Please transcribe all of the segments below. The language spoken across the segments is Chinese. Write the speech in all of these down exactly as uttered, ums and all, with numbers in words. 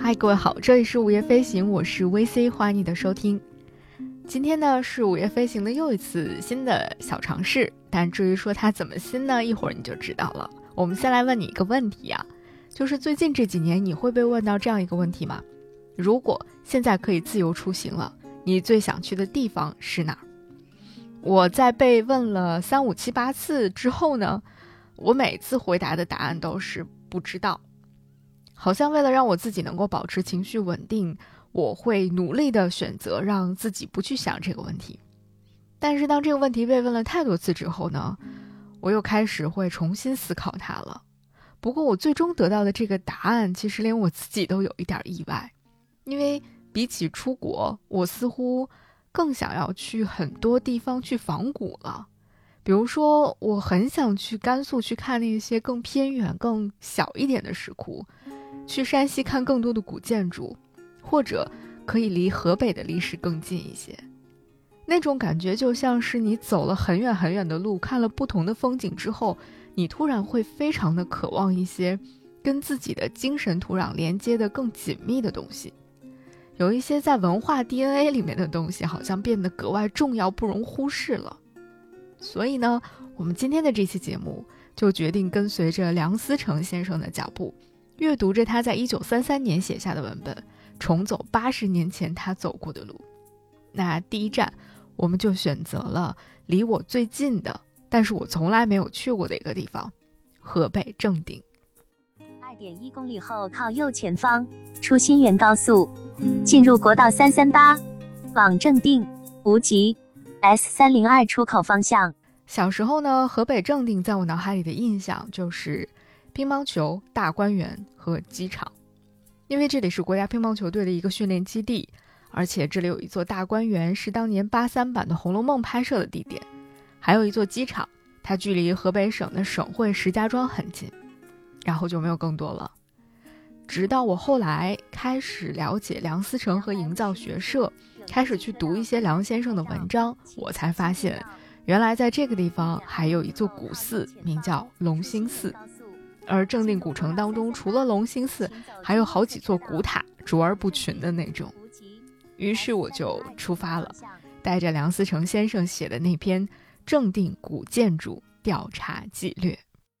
嗨，各位好，这里是午夜飞行，我是 V C， 欢迎你的收听。今天呢是午夜飞行的又一次新的小尝试，但至于说它怎么新呢，一会儿你就知道了。我们先来问你一个问题啊，就是最近这几年你会被问到这样一个问题吗？如果现在可以自由出行了，你最想去的地方是哪儿？我在被问了三五七八次之后呢，我每次回答的答案都是不知道。好像为了让我自己能够保持情绪稳定，我会努力的选择让自己不去想这个问题。但是当这个问题被问了太多次之后呢，我又开始会重新思考它了。不过我最终得到的这个答案，其实连我自己都有一点意外。因为比起出国，我似乎更想要去很多地方去访古了。比如说，我很想去甘肃去看那些更偏远、更小一点的石窟，去山西看更多的古建筑，或者可以离河北的历史更近一些。那种感觉就像是你走了很远很远的路，看了不同的风景之后，你突然会非常的渴望一些跟自己的精神土壤连接的更紧密的东西。有一些在文化 D N A 里面的东西好像变得格外重要，不容忽视了。所以呢，我们今天的这期节目就决定跟随着梁思成先生的脚步，阅读着他在一九三三年写下的文本，重走八十年前他走过的路。那第一站，我们就选择了离我最近的，但是我从来没有去过的一个地方——河北正定。 二点一公里后靠右前方，出新源高速，进入国道三三八，往正定、无极 S 三零二 出口方向。 小时候呢，河北正定在我脑海里的印象就是乒乓球、大观园和机场，因为这里是国家乒乓球队的一个训练基地，而且这里有一座大观园，是当年八三版的《红楼梦》拍摄的地点，还有一座机场，它距离河北省的省会石家庄很近，然后就没有更多了。直到我后来开始了解梁思成和营造学社，开始去读一些梁先生的文章，我才发现原来在这个地方还有一座古寺，名叫隆兴寺。而正定古城当中，除了隆兴寺，还有好几座古塔，卓而不群的那种。于是我就出发了，带着梁思成先生写的那篇《正定古建筑调查纪略》。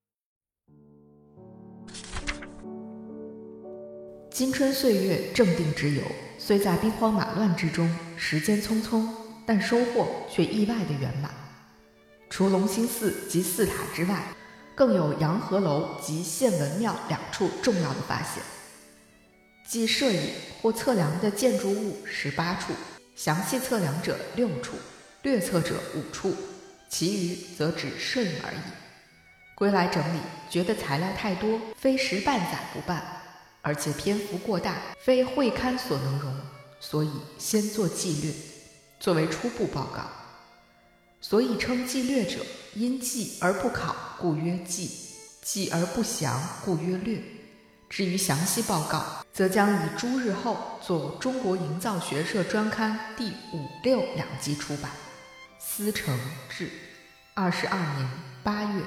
今春岁月，正定之游，虽在兵荒马乱之中，时间匆匆，但收获却意外的圆满。除隆兴寺及寺塔之外，更有洋河楼及献文庙两处重要的发现。即摄影或测量的建筑物十八处，详细测量者六处，略测者五处，其余则只摄影而已。归来整理，觉得材料太多，非十半载不办，而且篇幅过大，非会刊所能容，所以先做纪略，作为初步报告。所以称纪略者，因纪而不考，故曰纪；纪而不详，故曰略。至于详细报告，则将以诸日后作《中国营造学社专刊》第五六两集出版。思成志，二十二年八月。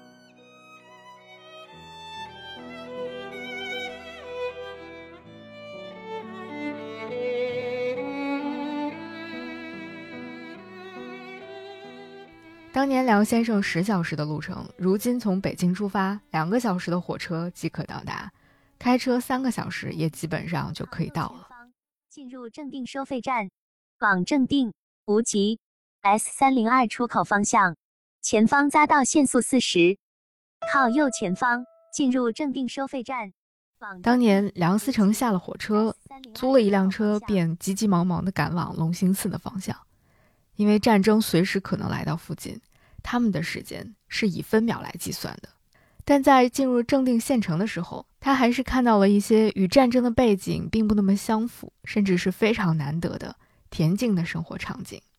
当年梁先生十小时的路程，如今从北京出发，两个小时的火车即可到达，开车三个小时也基本上就可以到了。 进入正定收费站，往正定、无极 S 三零二 出口方向，前方匝道限速四十，靠右前方进入正定收费站。 当年梁思成下了火车，租了一辆车，便急急忙忙地赶往隆兴寺的方向。因为战争随时可能来到附近，他们的时间是以分秒来计算的。但在进入正定县城的时候，他还是看到了一些与战争的背景并不那么相符，甚至是非常难得的恬静的生活场景。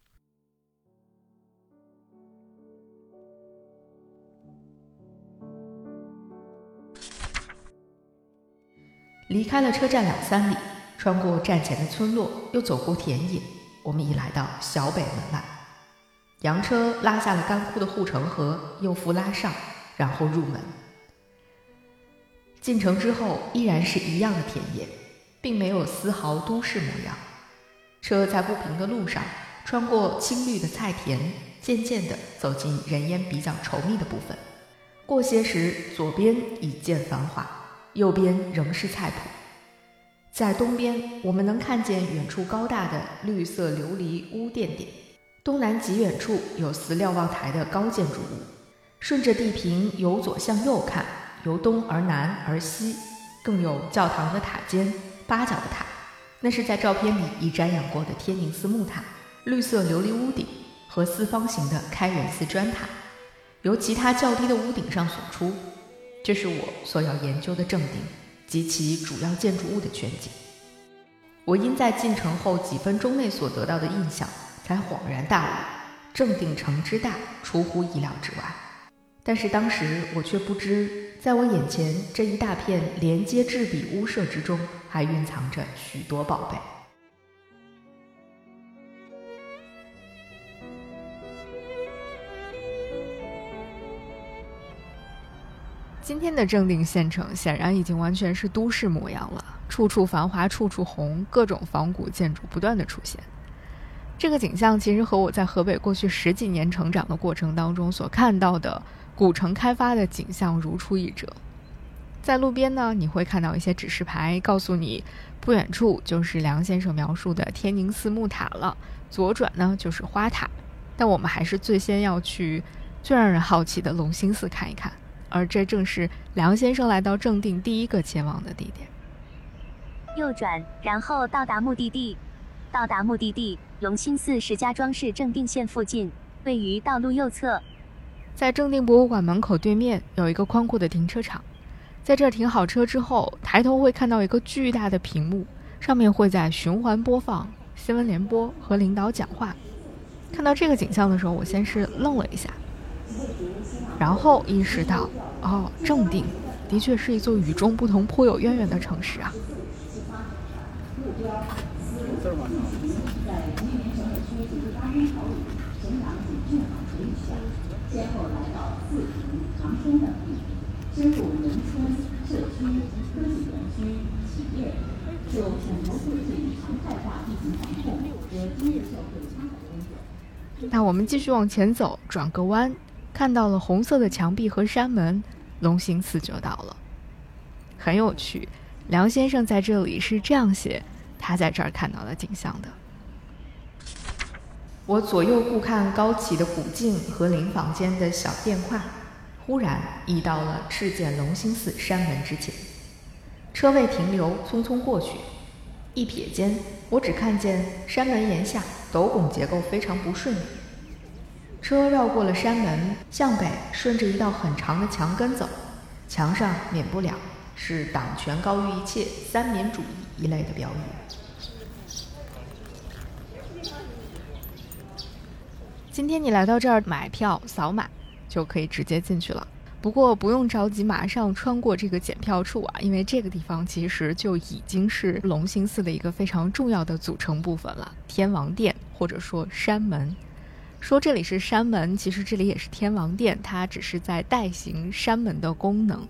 离开了车站两三里，穿过站前的村落，又走过田野，我们已来到小北门外。洋车拉下了干枯的护城河，又复拉上，然后入门。进城之后依然是一样的田野，并并没有丝毫都市模样。车在不平的路上穿过青绿的菜田，渐渐地走进人烟比较稠密的部分。过些时，左边已见繁华，右边仍是菜圃。在东边，我们能看见远处高大的绿色琉璃屋殿殿，东南极远处有似瞭望台的高建筑物。顺着地平由左向右看，由东而南而西，更有教堂的塔尖，八角的塔，那是在照片里已瞻仰过的天宁寺木塔，绿色琉璃屋顶和四方形的开元寺砖塔，由其他较低的屋顶上所出。这是我所要研究的正定及其主要建筑物的全景。我因在进城后几分钟内所得到的印象，才恍然大悟，正定城之大出乎意料之外。但是当时我却不知，在我眼前这一大片连接制比屋舍之中，还蕴藏着许多宝贝。今天的正定县城显然已经完全是都市模样了，处处繁华，处处红，各种仿古建筑不断的出现。这个景象其实和我在河北过去十几年成长的过程当中所看到的古城开发的景象如出一辙。在路边呢，你会看到一些指示牌，告诉你不远处就是梁先生描述的天宁寺木塔了，左转呢就是花塔。但我们还是最先要去最让人好奇的隆兴寺看一看，而这正是梁先生来到正定第一个前往的地点。 右转，然后到达目的地。到达目的地，隆兴寺石家庄市正定县附近，位于道路右侧。 在正定博物馆门口对面有一个宽阔的停车场，在这儿停好车之后，抬头会看到一个巨大的屏幕，上面会在循环播放新闻联播和领导讲话。看到这个景象的时候，我先是愣了一下，然后意识到，哦，正定的确是一座与众不同、颇有渊源的城市啊。先后来到四平、长春等地，深入农村、社区、科技园区、企业，就潜投对对常态化疫情防控和经济社会发展工作。那我们继续往前走，转个弯，看到了红色的墙壁和山门，隆兴寺就到了。很有趣，梁先生在这里是这样写他在这儿看到的景象的。我左右顾看高起的古镜和灵坊间的小殿画，忽然已到了赤剑隆兴寺山门之前。车未停留，匆匆过去，一瞥间，我只看见山门檐下斗拱结构非常不顺利。车绕过了山门，向北顺着一道很长的墙根走，墙上免不了是党权高于一切、三民主义一类的标语。今天你来到这儿买票扫码就可以直接进去了，不过不用着急马上穿过这个检票处啊，因为这个地方其实就已经是隆兴寺的一个非常重要的组成部分了，天王殿或者说山门。说这里是山门，其实这里也是天王殿，它只是在代行山门的功能。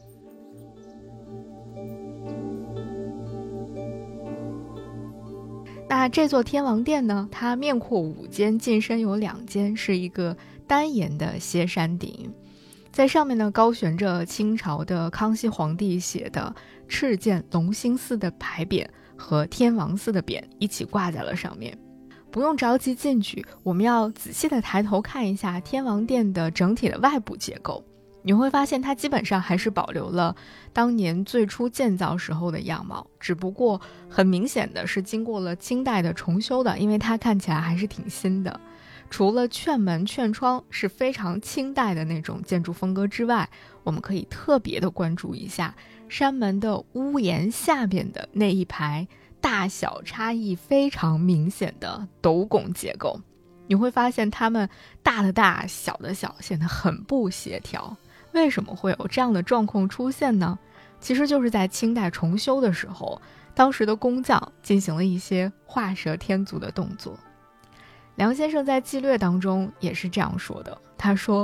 那这座天王殿呢，它面阔五间，进深有两间，是一个单檐的歇山顶，在上面呢高悬着清朝的康熙皇帝写的敕建隆兴寺的牌匾和天王寺的匾一起挂在了上面。不用着急进去，我们要仔细的抬头看一下天王殿的整体的外部结构，你会发现它基本上还是保留了当年最初建造时候的样貌，只不过很明显的是经过了清代的重修的，因为它看起来还是挺新的。除了券门券窗是非常清代的那种建筑风格之外，我们可以特别的关注一下山门的屋檐下边的那一排大小差异非常明显的斗拱结构，你会发现它们大的大，小的小，显得很不协调。为什么会有这样的状况出现呢？其实就是在清代重修的时候，当时的工匠进行了一些画蛇添足的动作。梁先生在纪略当中也是这样说的，他说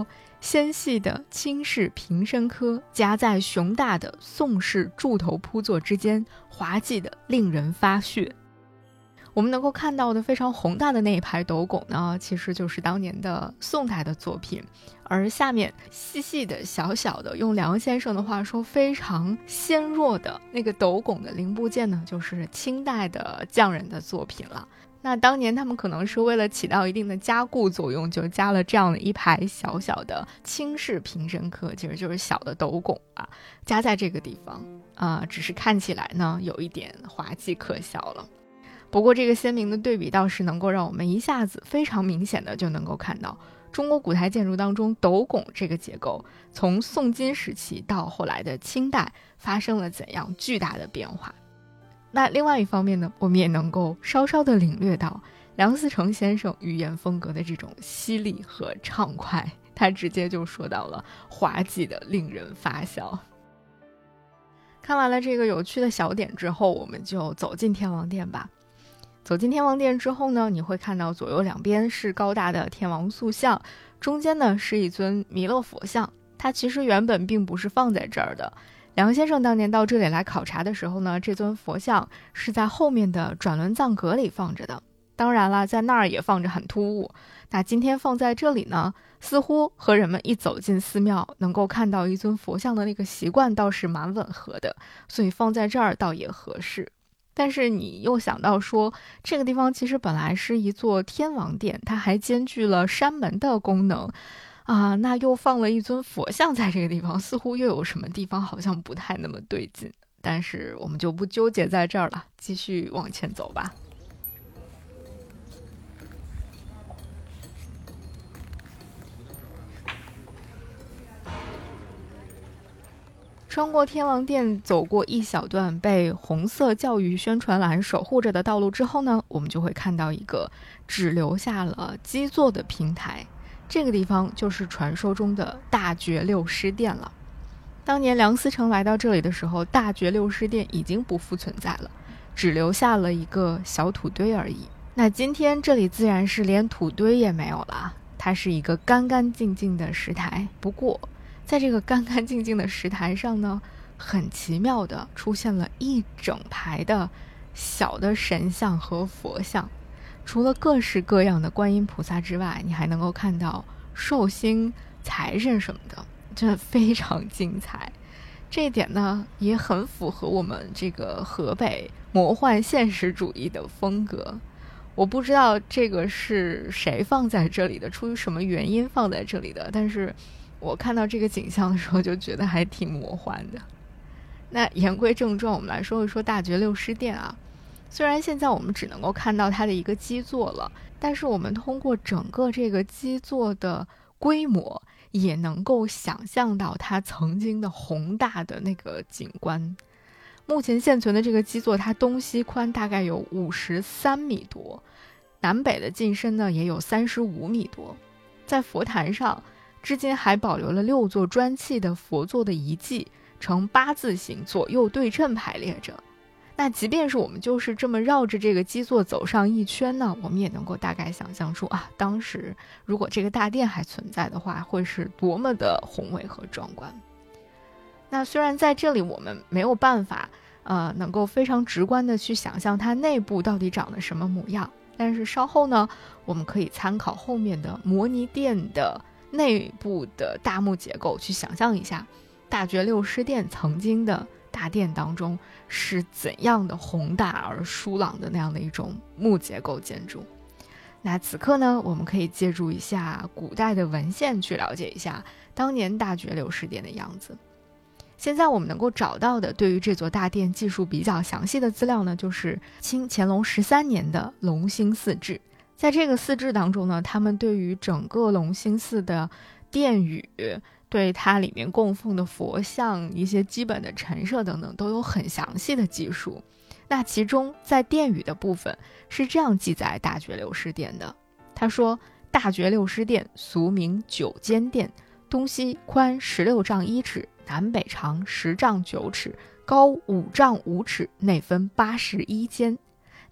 纤细的清式平身科夹在雄大的宋式柱头铺座之间，滑稽的令人发血。我们能够看到的非常宏大的那一排斗拱呢，其实就是当年的宋代的作品，而下面细细的小小的，用梁先生的话说非常纤弱的那个斗拱的零部件呢，就是清代的匠人的作品了。那当年他们可能是为了起到一定的加固作用，就加了这样的一排小小的清式平身科，其实就是小的斗拱啊，加在这个地方啊、呃，只是看起来呢有一点滑稽可笑了。不过这个鲜明的对比倒是能够让我们一下子非常明显的就能够看到中国古代建筑当中斗拱这个结构从宋金时期到后来的清代发生了怎样巨大的变化。那另外一方面呢，我们也能够稍稍的领略到梁思成先生语言风格的这种犀利和畅快，他直接就说到了滑稽的令人发笑。看完了这个有趣的小点之后，我们就走进天王殿吧。走进天王殿之后呢，你会看到左右两边是高大的天王塑像，中间呢是一尊弥勒佛像，它其实原本并不是放在这儿的。梁先生当年到这里来考察的时候呢，这尊佛像是在后面的转轮藏阁里放着的，当然了，在那儿也放着很突兀。那今天放在这里呢，似乎和人们一走进寺庙能够看到一尊佛像的那个习惯倒是蛮吻合的，所以放在这儿倒也合适。但是你又想到说，这个地方其实本来是一座天王殿，它还兼具了山门的功能啊，那又放了一尊佛像在这个地方，似乎又有什么地方好像不太那么对劲。但是我们就不纠结在这儿了，继续往前走吧。穿过天王殿，走过一小段被红色教育宣传栏守护着的道路之后呢，我们就会看到一个只留下了基座的平台。这个地方就是传说中的大觉六师殿了。当年梁思成来到这里的时候，大觉六师殿已经不复存在了，只留下了一个小土堆而已。那今天这里自然是连土堆也没有了，它是一个干干净净的石台。不过在这个干干净净的石台上呢，很奇妙的出现了一整排的小的神像和佛像，除了各式各样的观音菩萨之外，你还能够看到寿星、财神什么的，真的非常精彩。这一点呢，也很符合我们这个河北魔幻现实主义的风格。我不知道这个是谁放在这里的，出于什么原因放在这里的，但是我看到这个景象的时候就觉得还挺魔幻的。那言归正传，我们来说一说大觉六师殿啊。虽然现在我们只能够看到它的一个基座了，但是我们通过整个这个基座的规模，也能够想象到它曾经的宏大的那个景观。目前现存的这个基座，它东西宽大概有五十三米多，南北的进深呢也有三十五米多。在佛坛上，至今还保留了六座砖砌的佛座的遗迹，呈八字形左右对称排列着。那即便是我们就是这么绕着这个基座走上一圈呢，我们也能够大概想象出啊，当时如果这个大殿还存在的话，会是多么的宏伟和壮观。那虽然在这里我们没有办法呃，能够非常直观的去想象它内部到底长得什么模样，但是稍后呢，我们可以参考后面的摩尼殿的内部的大木结构，去想象一下大觉六师殿曾经的大殿当中是怎样的宏大而疏朗的那样的一种木结构建筑。那此刻呢，我们可以借助一下古代的文献去了解一下当年大觉六师殿的样子。现在我们能够找到的对于这座大殿技术比较详细的资料呢，就是清乾隆十三年的隆兴寺志。在这个寺志当中呢，他们对于整个隆兴寺的殿宇，对它里面供奉的佛像、一些基本的陈设等等，都有很详细的记述。那其中在殿宇的部分是这样记载大觉六师殿的，他说：大觉六师殿俗名九间殿，东西宽十六丈一尺，南北长十丈九尺，高五丈五尺，内分八十一间。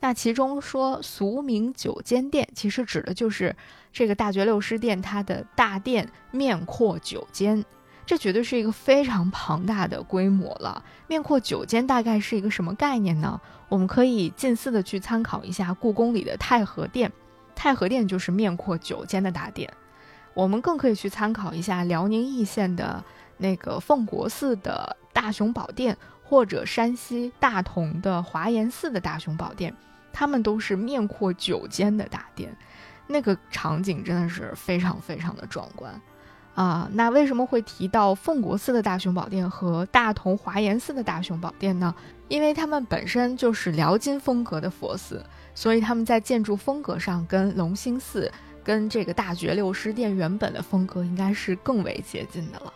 那其中说俗名九间殿，其实指的就是这个大觉六师殿它的大殿面阔九间，这绝对是一个非常庞大的规模了。面阔九间大概是一个什么概念呢？我们可以近似的去参考一下故宫里的太和殿，太和殿就是面阔九间的大殿。我们更可以去参考一下辽宁义县的那个奉国寺的大雄宝殿，或者山西大同的华严寺的大雄宝殿，他们都是面阔九间的大殿，那个场景真的是非常非常的壮观啊！那为什么会提到奉国寺的大雄宝殿和大同华严寺的大雄宝殿呢？因为他们本身就是辽金风格的佛寺，所以他们在建筑风格上跟隆兴寺跟这个大觉六师殿原本的风格应该是更为接近的了。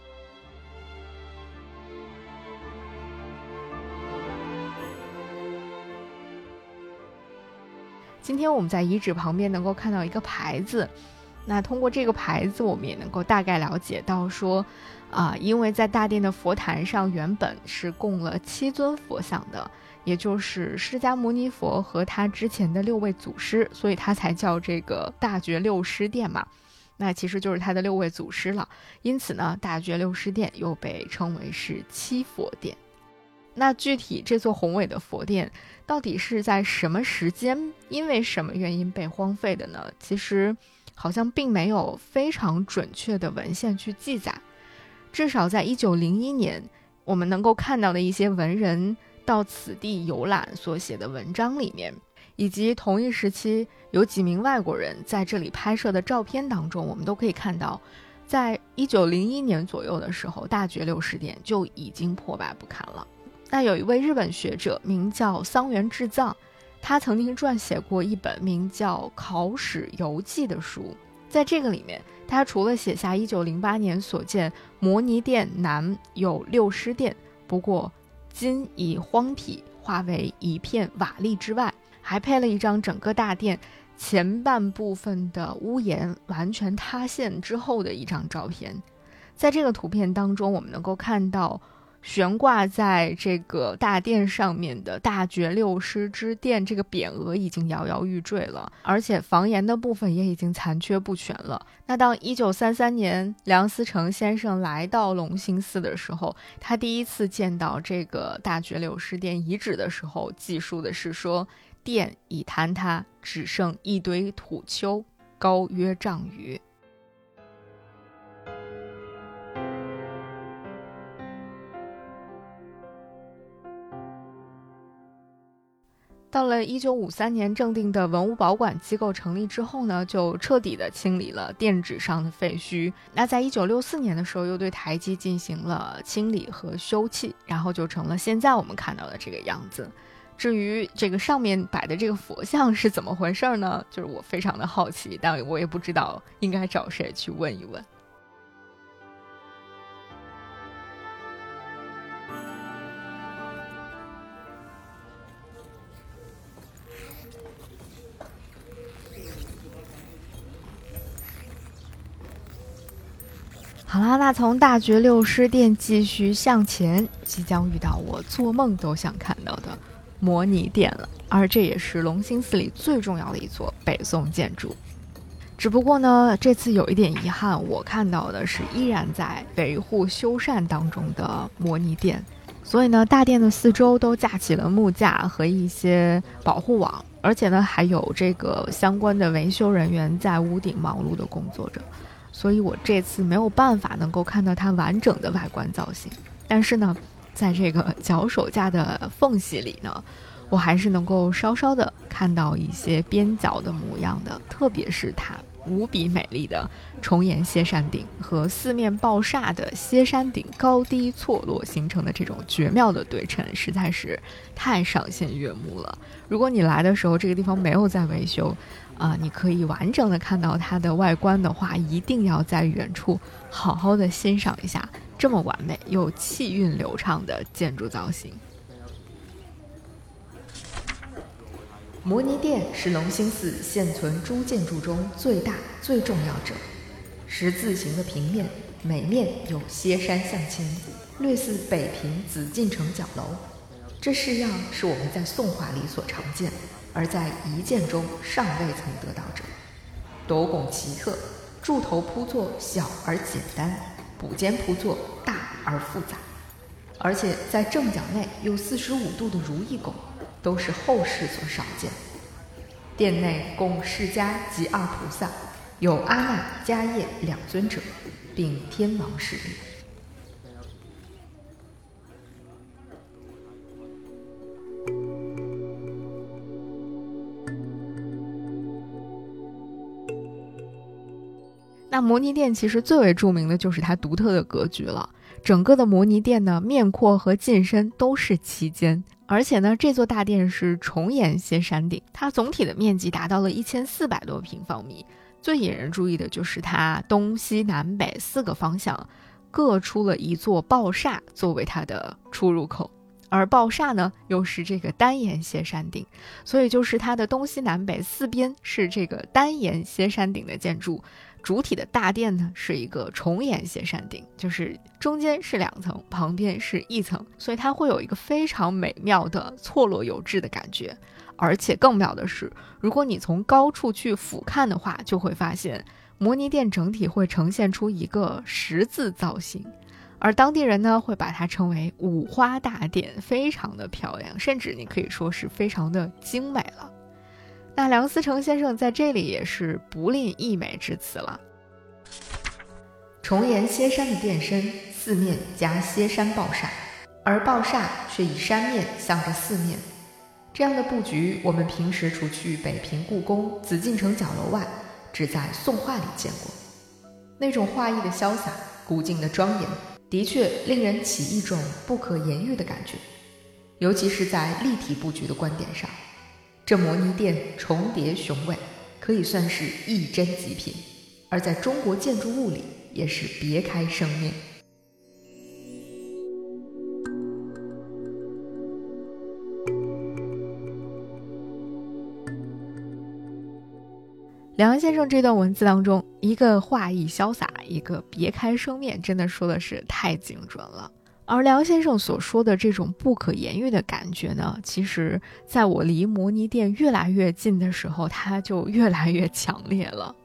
今天我们在遗址旁边能够看到一个牌子，那通过这个牌子我们也能够大概了解到说啊，因为在大殿的佛坛上原本是供了七尊佛像的，也就是释迦牟尼佛和他之前的六位祖师，所以他才叫这个大觉六师殿嘛，那其实就是他的六位祖师了。因此呢，大觉六师殿又被称为是七佛殿。那具体这座宏伟的佛殿到底是在什么时间因为什么原因被荒废的呢？其实好像并没有非常准确的文献去记载，至少在一九零一年我们能够看到的一些文人到此地游览所写的文章里面，以及同一时期有几名外国人在这里拍摄的照片当中，我们都可以看到在一九零一年左右的时候，大觉六师殿就已经破败不堪了。那有一位日本学者名叫桑原智藏，他曾经撰写过一本名叫《考史游记》的书，在这个里面他除了写下一九零八年所见摩尼殿南有六师殿，不过今已荒圮化为一片瓦砾之外，还配了一张整个大殿前半部分的屋檐完全塌陷之后的一张照片。在这个图片当中，我们能够看到悬挂在这个大殿上面的大觉六师之殿这个匾额已经摇摇欲坠了，而且房檐的部分也已经残缺不全了。那到一九三三年梁思成先生来到隆兴寺的时候，他第一次见到这个大觉六师殿遗址的时候，记述的是说殿已坍塌，只剩一堆土丘，高约丈余。到了一九五三年正定的文物保管机构成立之后呢，就彻底的清理了殿址上的废墟。那在一九六四年的时候，又对台基进行了清理和修葺，然后就成了现在我们看到的这个样子。至于这个上面摆的这个佛像是怎么回事呢？就是我非常的好奇，但我也不知道应该找谁去问一问。好啦，那从大觉六师殿继续向前，即将遇到我做梦都想看到的摩尼殿了，而这也是隆兴寺里最重要的一座北宋建筑。只不过呢，这次有一点遗憾，我看到的是依然在维护修缮当中的摩尼殿，所以呢，大殿的四周都架起了木架和一些保护网，而且呢，还有这个相关的维修人员在屋顶忙碌的工作着。所以我这次没有办法能够看到它完整的外观造型，但是呢，在这个脚手架的缝隙里呢，我还是能够稍稍的看到一些边角的模样的，特别是它无比美丽的重檐歇山顶和四面抱煞的歇山顶高低错落形成的这种绝妙的对称，实在是太赏心悦目了。如果你来的时候这个地方没有在维修啊、呃，你可以完整的看到它的外观的话，一定要在远处好好的欣赏一下这么完美又气韵流畅的建筑造型。摩尼殿是隆兴寺现存诸建筑中最大最重要者，十字形的平面，每面有歇山向前，略似北平紫禁城角楼。这式样是我们在宋画里所常见， 而在一建中尚未曾得到者。斗拱奇特，柱头铺作小而简单，补间铺作大而复杂，而且在正角内有四十五度的如意拱，都是后世所少见。殿内供释迦及二菩萨，有阿难、迦叶两尊者，并天王侍立。那摩尼殿其实最为著名的就是它独特的格局了。整个的摩尼殿呢，面阔和进深都是齐间，而且呢，这座大殿是重檐歇山顶，它总体的面积达到了一千四百多平方米。最引人注意的就是它东西南北四个方向各出了一座抱厦作为它的出入口，而抱厦呢又是这个单檐歇山顶，所以就是它的东西南北四边是这个单檐歇山顶的建筑。主体的大殿呢是一个重檐歇山顶，就是中间是两层，旁边是一层，所以它会有一个非常美妙的错落有致的感觉。而且更妙的是，如果你从高处去俯瞰的话，就会发现摩尼殿整体会呈现出一个十字造型，而当地人呢会把它称为五花大殿，非常的漂亮，甚至你可以说是非常的精美了。那梁思成先生在这里也是不吝溢美之词了。重檐歇山的殿身四面加歇山抱厦，而抱厦却以山面向着四面。这样的布局，我们平时除去北平故宫、紫禁城角楼外，只在宋画里见过。那种画意的潇洒，古静的庄严，的确令人起一种不可言喻的感觉。尤其是在立体布局的观点上，这摩尼殿重叠雄伟，可以算是一真极品，而在中国建筑物里也是别开生面。梁安先生这段文字当中，一个画意潇洒，一个别开生面，真的说的是太精准了。而梁先生所说的这种不可言喻的感觉呢，其实在我离摩尼殿越来越近的时候，它就越来越强烈了。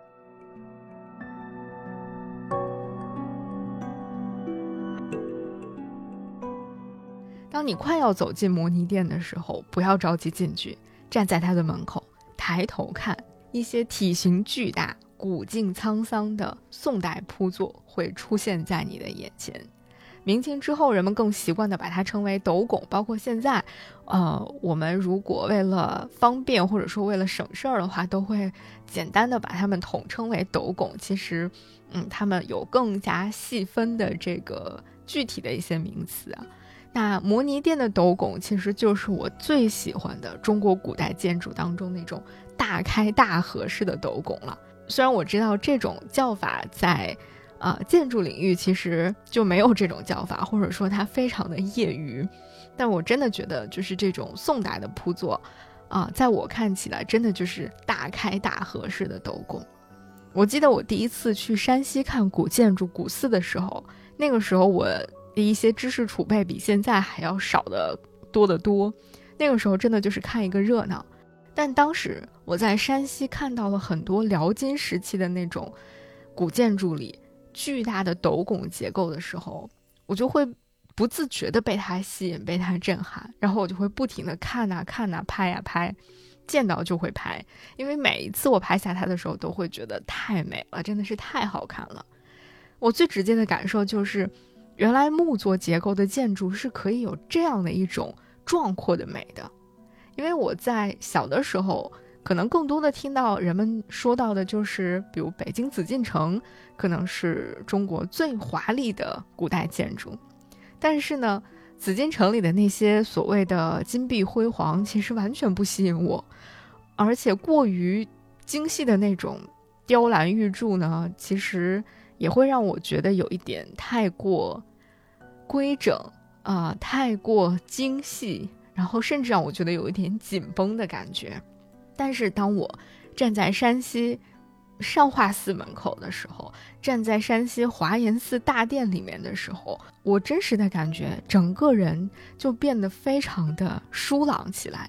当你快要走进摩尼殿的时候，不要着急进去，站在它的门口，抬头看，一些体型巨大、古静沧桑的宋代铺座会出现在你的眼前。明清之后，人们更习惯地把它称为斗拱，包括现在，呃，我们如果为了方便或者说为了省事儿的话，都会简单地把它们统称为斗拱。其实，嗯，它们有更加细分的这个具体的一些名词啊。那摩尼殿的斗拱其实就是我最喜欢的中国古代建筑当中那种大开大合式的斗拱了。虽然我知道这种叫法在呃建筑领域其实就没有这种叫法，或者说它非常的业余，但我真的觉得就是这种宋代的铺座啊、呃，在我看起来真的就是大开大合式的斗拱。我记得我第一次去山西看古建筑古寺的时候，那个时候我一些知识储备比现在还要少得多得多，那个时候真的就是看一个热闹。但当时我在山西看到了很多辽金时期的那种古建筑里巨大的斗拱结构的时候，我就会不自觉地被它吸引，被它震撼，然后我就会不停地看啊看啊，拍啊拍，见到就会拍，因为每一次我拍下它的时候都会觉得太美了，真的是太好看了。我最直接的感受就是原来木作结构的建筑是可以有这样的一种壮阔的美的。因为我在小的时候可能更多的听到人们说到的就是比如北京紫禁城可能是中国最华丽的古代建筑，但是呢紫禁城里的那些所谓的金碧辉煌其实完全不吸引我，而且过于精细的那种雕栏玉柱呢，其实也会让我觉得有一点太过规整啊、呃，太过精细，然后甚至让我觉得有一点紧绷的感觉。但是当我站在山西上化寺门口的时候，站在山西华严寺大殿里面的时候，我真实的感觉整个人就变得非常的舒朗起来。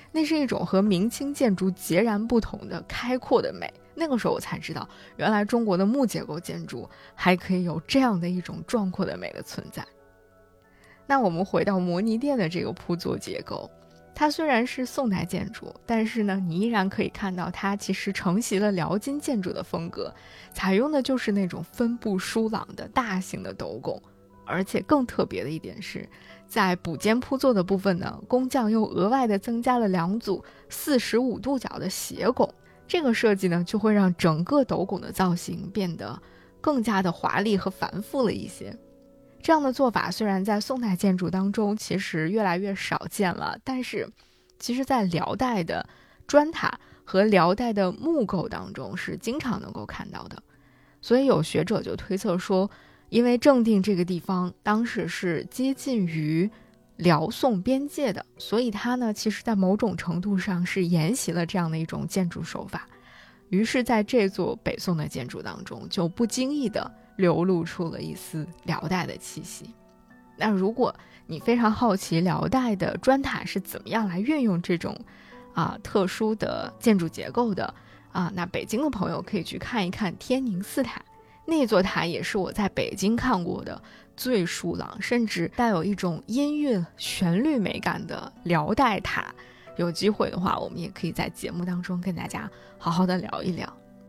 那是一种和明清建筑截然不同的开阔的美。那个时候我才知道，原来中国的木结构建筑还可以有这样的一种壮阔的美的存在。那我们回到摩尼殿的这个铺座结构，它虽然是宋代建筑，但是呢，你依然可以看到它其实承袭了辽金建筑的风格，采用的就是那种分布疏朗的大型的斗拱。而且更特别的一点是，在补间铺座的部分呢，工匠又额外的增加了两组四十五度角的斜拱。这个设计呢，就会让整个斗拱的造型变得更加的华丽和繁复了一些。这样的做法虽然在宋代建筑当中其实越来越少见了，但是其实在辽代的砖塔和辽代的木构当中是经常能够看到的。所以有学者就推测说，因为正定这个地方当时是接近于辽宋边界的，所以它呢其实在某种程度上是沿袭了这样的一种建筑手法，于是在这座北宋的建筑当中就不经意地流露出了一丝辽代的气息。那如果你非常好奇辽代的砖塔是怎么样来运用这种啊特殊的建筑结构的啊，那北京的朋友可以去看一看天宁寺塔。那座塔也是我在北京看过的最疏朗，甚至带有一种音韵旋律美感的辽代塔。有机会的话，我们也可以在节目当中跟大家好好的聊一聊。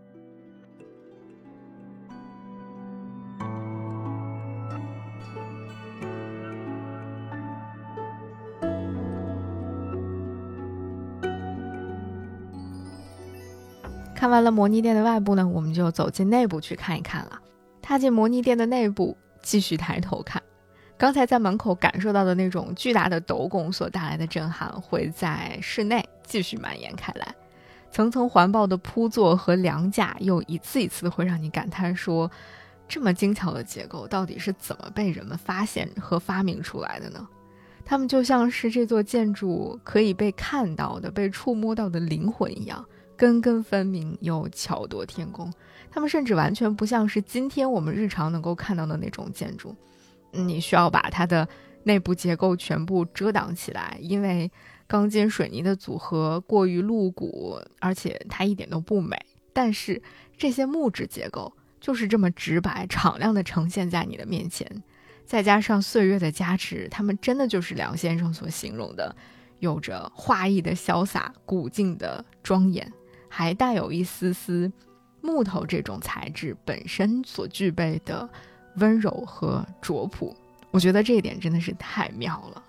看完了摩尼殿的外部呢，我们就走进内部去看一看了。踏进摩尼殿的内部，继续抬头看，刚才在门口感受到的那种巨大的斗拱所带来的震撼，会在室内继续蔓延开来。层层环抱的铺座和梁架，又一次一次的会让你感叹说，这么精巧的结构到底是怎么被人们发现和发明出来的呢？它们就像是这座建筑可以被看到的、被触摸到的灵魂一样，根根分明又巧夺天工。它们甚至完全不像是今天我们日常能够看到的那种建筑，你需要把它的内部结构全部遮挡起来，因为钢筋水泥的组合过于露骨，而且它一点都不美。但是这些木质结构就是这么直白敞亮地呈现在你的面前，再加上岁月的加持，它们真的就是梁先生所形容的，有着画意的潇洒，古静的庄严，还带有一丝丝木头这种材质本身所具备的温柔和拙朴。我觉得这一点真的是太妙了。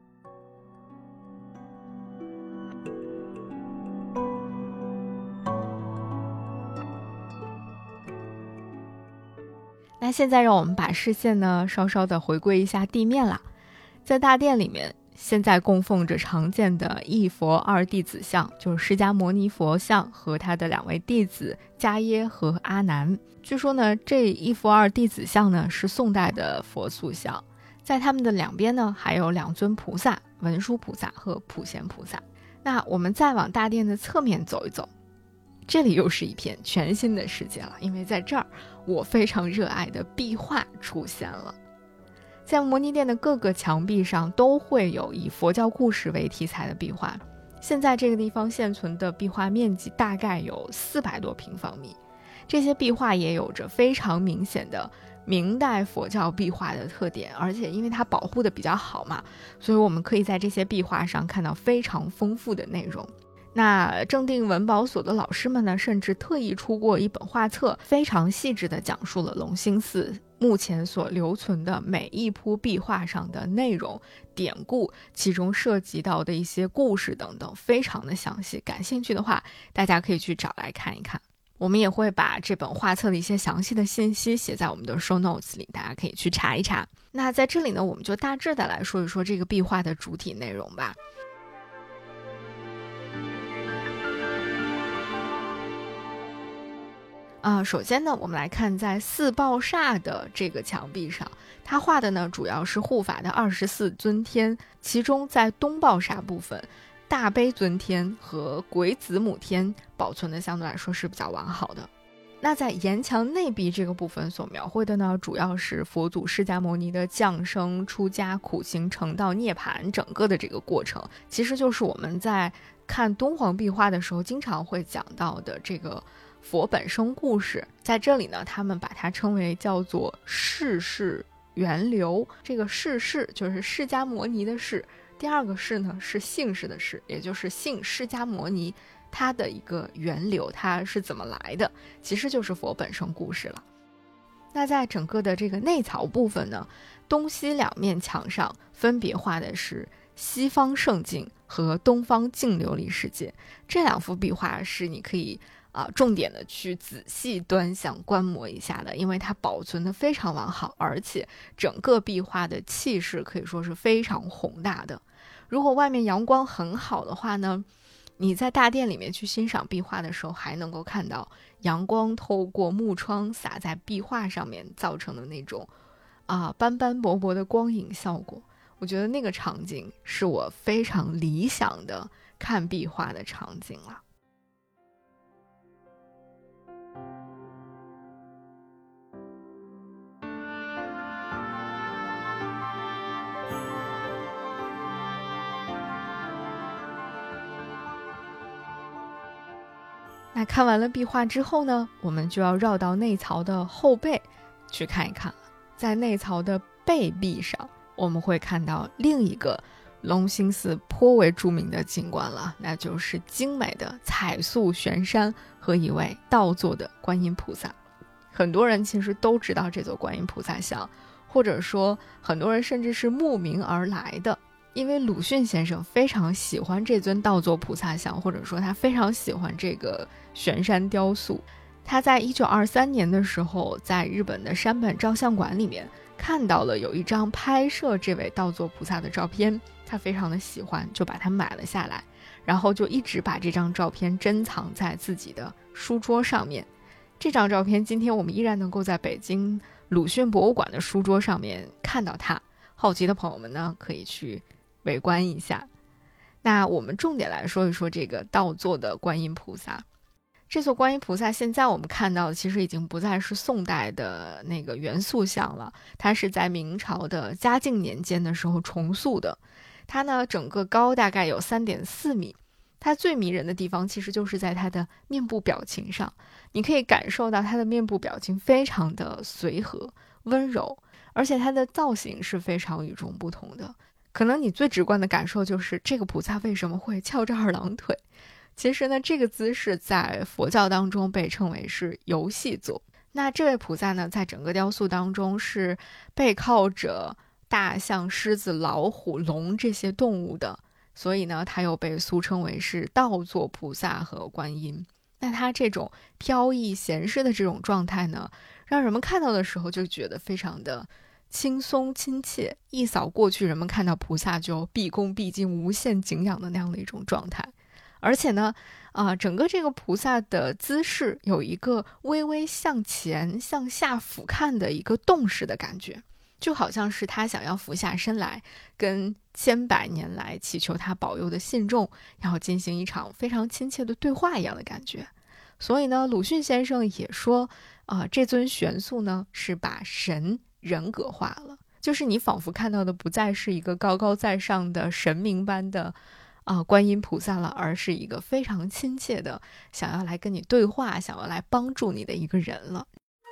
那现在让我们把视线呢稍稍的回归一下地面啦。在大殿里面，现在供奉着常见的一佛二弟子像，就是释迦牟尼佛像和他的两位弟子迦耶和阿难。据说呢，这一佛二弟子像呢是宋代的佛塑像，在他们的两边呢还有两尊菩萨，文殊菩萨和普贤菩萨。那我们再往大殿的侧面走一走，这里又是一片全新的世界了，因为在这儿我非常热爱的壁画出现了。在摩尼殿的各个墙壁上都会有以佛教故事为题材的壁画，现在这个地方现存的壁画面积大概有四百多平方米。这些壁画也有着非常明显的明代佛教壁画的特点，而且因为它保护的比较好嘛，所以我们可以在这些壁画上看到非常丰富的内容。那正定文保所的老师们呢，甚至特意出过一本画册，非常细致地讲述了隆兴寺目前所留存的每一幅壁画上的内容、典故，其中涉及到的一些故事等等，非常的详细。感兴趣的话，大家可以去找来看一看。我们也会把这本画册的一些详细的信息写在我们的 show notes 里，大家可以去查一查。那在这里呢，我们就大致的来说一说这个壁画的主体内容吧。啊，首先呢，我们来看在四报煞的这个墙壁上，它画的呢主要是护法的二十四尊天，其中在东报煞部分，大悲尊天和鬼子母天保存的相对来说是比较完好的。那在岩墙内壁这个部分所描绘的呢，主要是佛祖释迦牟尼的降生、出家、苦行、成道、涅槃整个的这个过程，其实就是我们在看敦煌壁画的时候经常会讲到的这个佛本生故事，在这里呢，他们把它称为叫做释释源流。这个释释就是释迦摩尼的释，第二个释呢是姓氏的氏，也就是姓释迦摩尼它的一个源流，它是怎么来的，其实就是佛本生故事了。那在整个的这个内槽部分呢，东西两面墙上分别画的是西方圣境和东方净琉璃世界，这两幅壁画是你可以啊、呃、重点的去仔细端详观摩一下的，因为它保存的非常完好，而且整个壁画的气势可以说是非常宏大的。如果外面阳光很好的话呢，你在大殿里面去欣赏壁画的时候，还能够看到阳光透过木窗洒在壁画上面造成的那种啊斑斑驳驳的光影效果。我觉得那个场景是我非常理想的看壁画的场景了。那看完了壁画之后呢，我们就要绕到内槽的后背去看一看了。在内槽的背壁上，我们会看到另一个龙兴寺颇为著名的景观了，那就是精美的彩塑悬山和一位倒坐的观音菩萨。很多人其实都知道这座观音菩萨像，或者说很多人甚至是慕名而来的，因为鲁迅先生非常喜欢这尊倒坐菩萨像，或者说他非常喜欢这个悬山雕塑。他在一九二三年的时候，在日本的山本照相馆里面看到了有一张拍摄这位倒坐菩萨的照片，他非常的喜欢，就把它买了下来，然后就一直把这张照片珍藏在自己的书桌上面。这张照片今天我们依然能够在北京鲁迅博物馆的书桌上面看到它，好奇的朋友们呢可以去围观一下。那我们重点来说一说这个倒坐的观音菩萨。这座观音菩萨现在我们看到的其实已经不再是宋代的那个元塑像了，它是在明朝的嘉靖年间的时候重塑的。它呢整个高大概有 三点四米，它最迷人的地方其实就是在它的面部表情上，你可以感受到它的面部表情非常的随和温柔，而且它的造型是非常与众不同的。可能你最直观的感受就是这个菩萨为什么会翘着二郎腿。其实呢，这个姿势在佛教当中被称为是游戏坐。那这位菩萨呢，在整个雕塑当中是背靠着大象、狮子、老虎、龙这些动物的，所以呢，他又被俗称为是倒坐菩萨和观音。那他这种飘逸闲适的这种状态呢，让人们看到的时候就觉得非常的轻松亲切，一扫过去人们看到菩萨就毕恭毕敬、无限敬仰的那样的一种状态。而且呢，啊、呃，整个这个菩萨的姿势有一个微微向前、向下俯瞰的一个动势的感觉，就好像是他想要俯下身来，跟千百年来祈求他保佑的信众，然后进行一场非常亲切的对话一样的感觉。所以呢，鲁迅先生也说，啊、呃，这尊悬塑呢是把神人格化了，就是你仿佛看到的不再是一个高高在上的神明般的啊、呃，观音菩萨了，而是一个非常亲切的想要来跟你对话，想要来帮助你的一个人了。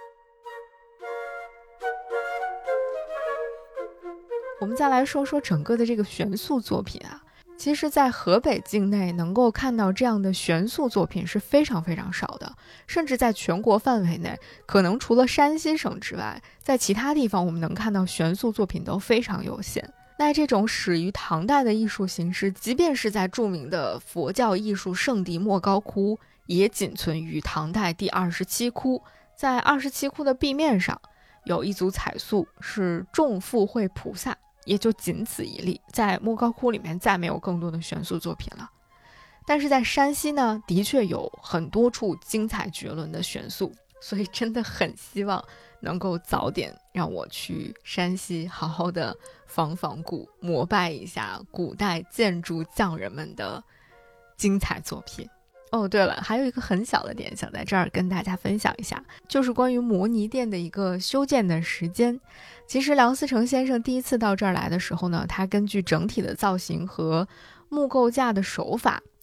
我们再来说说整个的这个悬塑作品啊，其实在河北境内能够看到这样的悬塑作品是非常非常少的，甚至在全国范围内，可能除了山西省之外，在其他地方我们能看到悬塑作品都非常有限。那这种始于唐代的艺术形式，即便是在著名的佛教艺术圣地莫高窟，也仅存于唐代第二十七窟。在二十七窟的壁面上有一组彩塑，是众富会菩萨，也就仅此一例，在莫高窟里面再没有更多的悬塑作品了。但是在山西呢，的确有很多处精彩绝伦的悬塑，所以真的很希望能够早点让我去山西好好的访访古，膜拜一下古代建筑匠人们的精彩作品。哦，对了，还有一个很小的点想在这儿跟大家分享一下，就是关于摩尼殿的一个修建的时间。其实梁思成先生第一次到这儿来的时候呢，他根据整体的造型和木构架的手法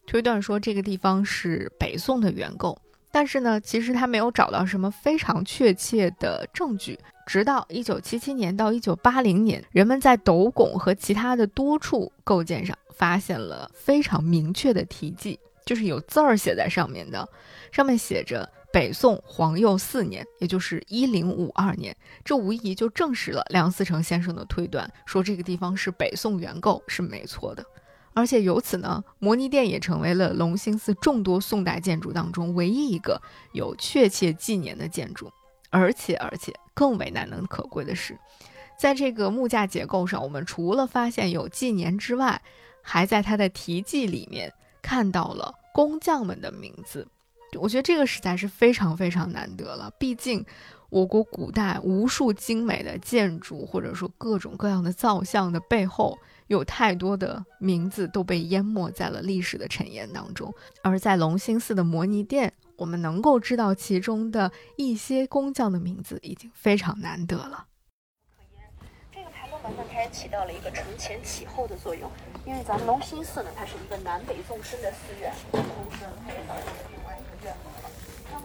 推断说这个地方是北宋的元构。但是呢，其实他没有找到什么非常确切的证据。直到一九七七年到一九八零年，人们在斗拱和其他的多处构件上发现了非常明确的题记，就是有字儿写在上面的，上面写着北宋皇佑四年，也就是一零五二年。这无疑就证实了梁思成先生的推断，说这个地方是北宋元构是没错的。而且由此呢，摩尼殿也成为了隆兴寺众多宋代建筑当中唯一一个有确切纪年的建筑。而且而且更为难能可贵的是，在这个木架结构上，我们除了发现有纪年之外，还在它的题记里面看到了工匠们的名字。我觉得这个实在是非常非常难得了，毕竟我国古代无数精美的建筑或者说各种各样的造像的背后，有太多的名字都被淹没在了历史的尘烟当中。而在隆兴寺的摩尼殿，我们能够知道其中的一些工匠的名字已经非常难得了。 这个牌楼门呢，它也起到了一个承前启后的作用，因为咱们隆兴寺呢，它是一个南北纵深的寺院，同时配到另外一个院门了。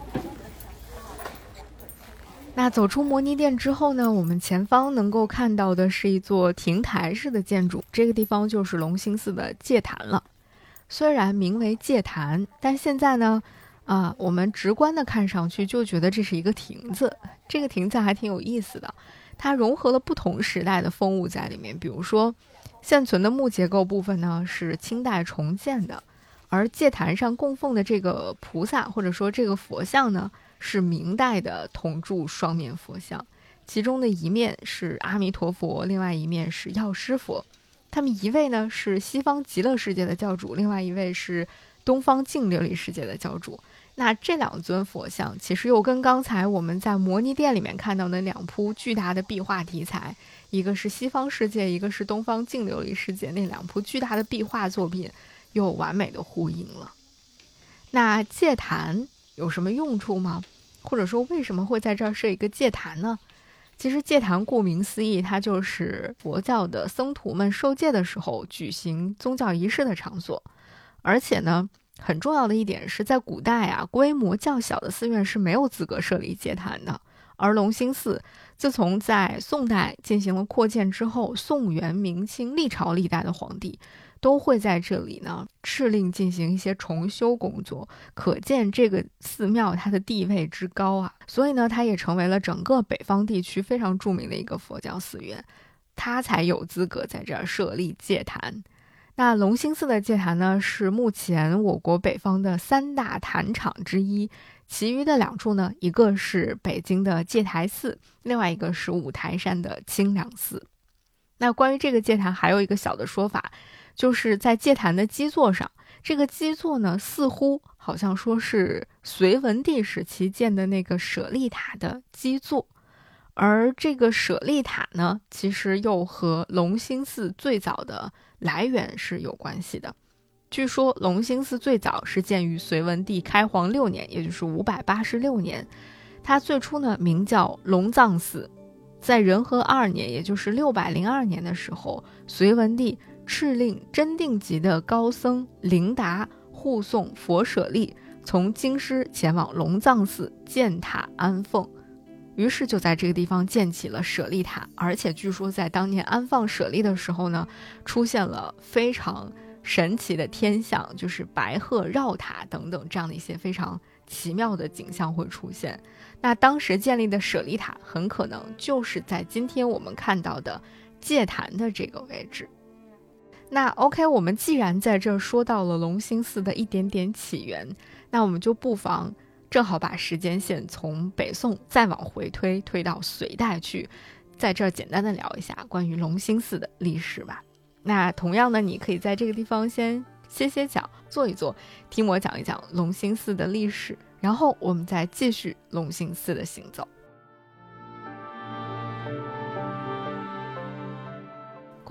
那走出摩尼殿之后呢，我们前方能够看到的是一座亭台式的建筑，这个地方就是隆兴寺的戒坛了。虽然名为戒坛，但现在呢啊，我们直观的看上去就觉得这是一个亭子。这个亭子还挺有意思的，它融合了不同时代的风物在里面。比如说现存的木结构部分呢是清代重建的，而戒坛上供奉的这个菩萨或者说这个佛像呢是明代的铜铸双面佛像，其中的一面是阿弥陀佛，另外一面是药师佛。他们一位呢是西方极乐世界的教主，另外一位是东方净琉璃世界的教主。那这两尊佛像其实又跟刚才我们在摩尼殿里面看到的两幅巨大的壁画题材，一个是西方世界，一个是东方净琉璃世界，那两幅巨大的壁画作品又完美的呼应了。那戒坛有什么用处吗？或者说为什么会在这儿设一个戒坛呢？其实戒坛顾名思义，它就是佛教的僧徒们受戒的时候举行宗教仪式的场所。而且呢，很重要的一点是在古代啊，规模较小的寺院是没有资格设立戒坛的。而隆兴寺自从在宋代进行了扩建之后，宋元明清历朝历代的皇帝都会在这里呢敕令进行一些重修工作，可见这个寺庙它的地位之高啊。所以呢，它也成为了整个北方地区非常著名的一个佛教寺院，它才有资格在这儿设立戒坛。那隆兴寺的戒坛呢，是目前我国北方的三大坛场之一，其余的两处呢，一个是北京的戒台寺，另外一个是五台山的清凉寺。那关于这个戒坛还有一个小的说法，就是在戒坛的基座上，这个基座呢似乎好像说是隋文帝时期建的那个舍利塔的基座，而这个舍利塔呢其实又和隆兴寺最早的来源是有关系的。据说隆兴寺最早是建于隋文帝开皇六年，也就是五百八十六年，它最初呢名叫龙藏寺。在仁和二年，也就是六百零二年的时候，隋文帝敕令真定级的高僧灵达护送佛舍利从京师前往龙藏寺建塔安奉，于是就在这个地方建起了舍利塔。而且据说在当年安放舍利的时候呢，出现了非常神奇的天象，就是白鹤绕塔等等这样的一些非常奇妙的景象会出现。那当时建立的舍利塔很可能就是在今天我们看到的戒坛的这个位置。那 OK， 我们既然在这说到了隆兴寺的一点点起源，那我们就不妨正好把时间线从北宋再往回推，推到隋代去，在这儿简单的聊一下关于隆兴寺的历史吧。那同样呢，你可以在这个地方先歇歇脚，坐一坐，听我讲一讲隆兴寺的历史，然后我们再继续隆兴寺的行走。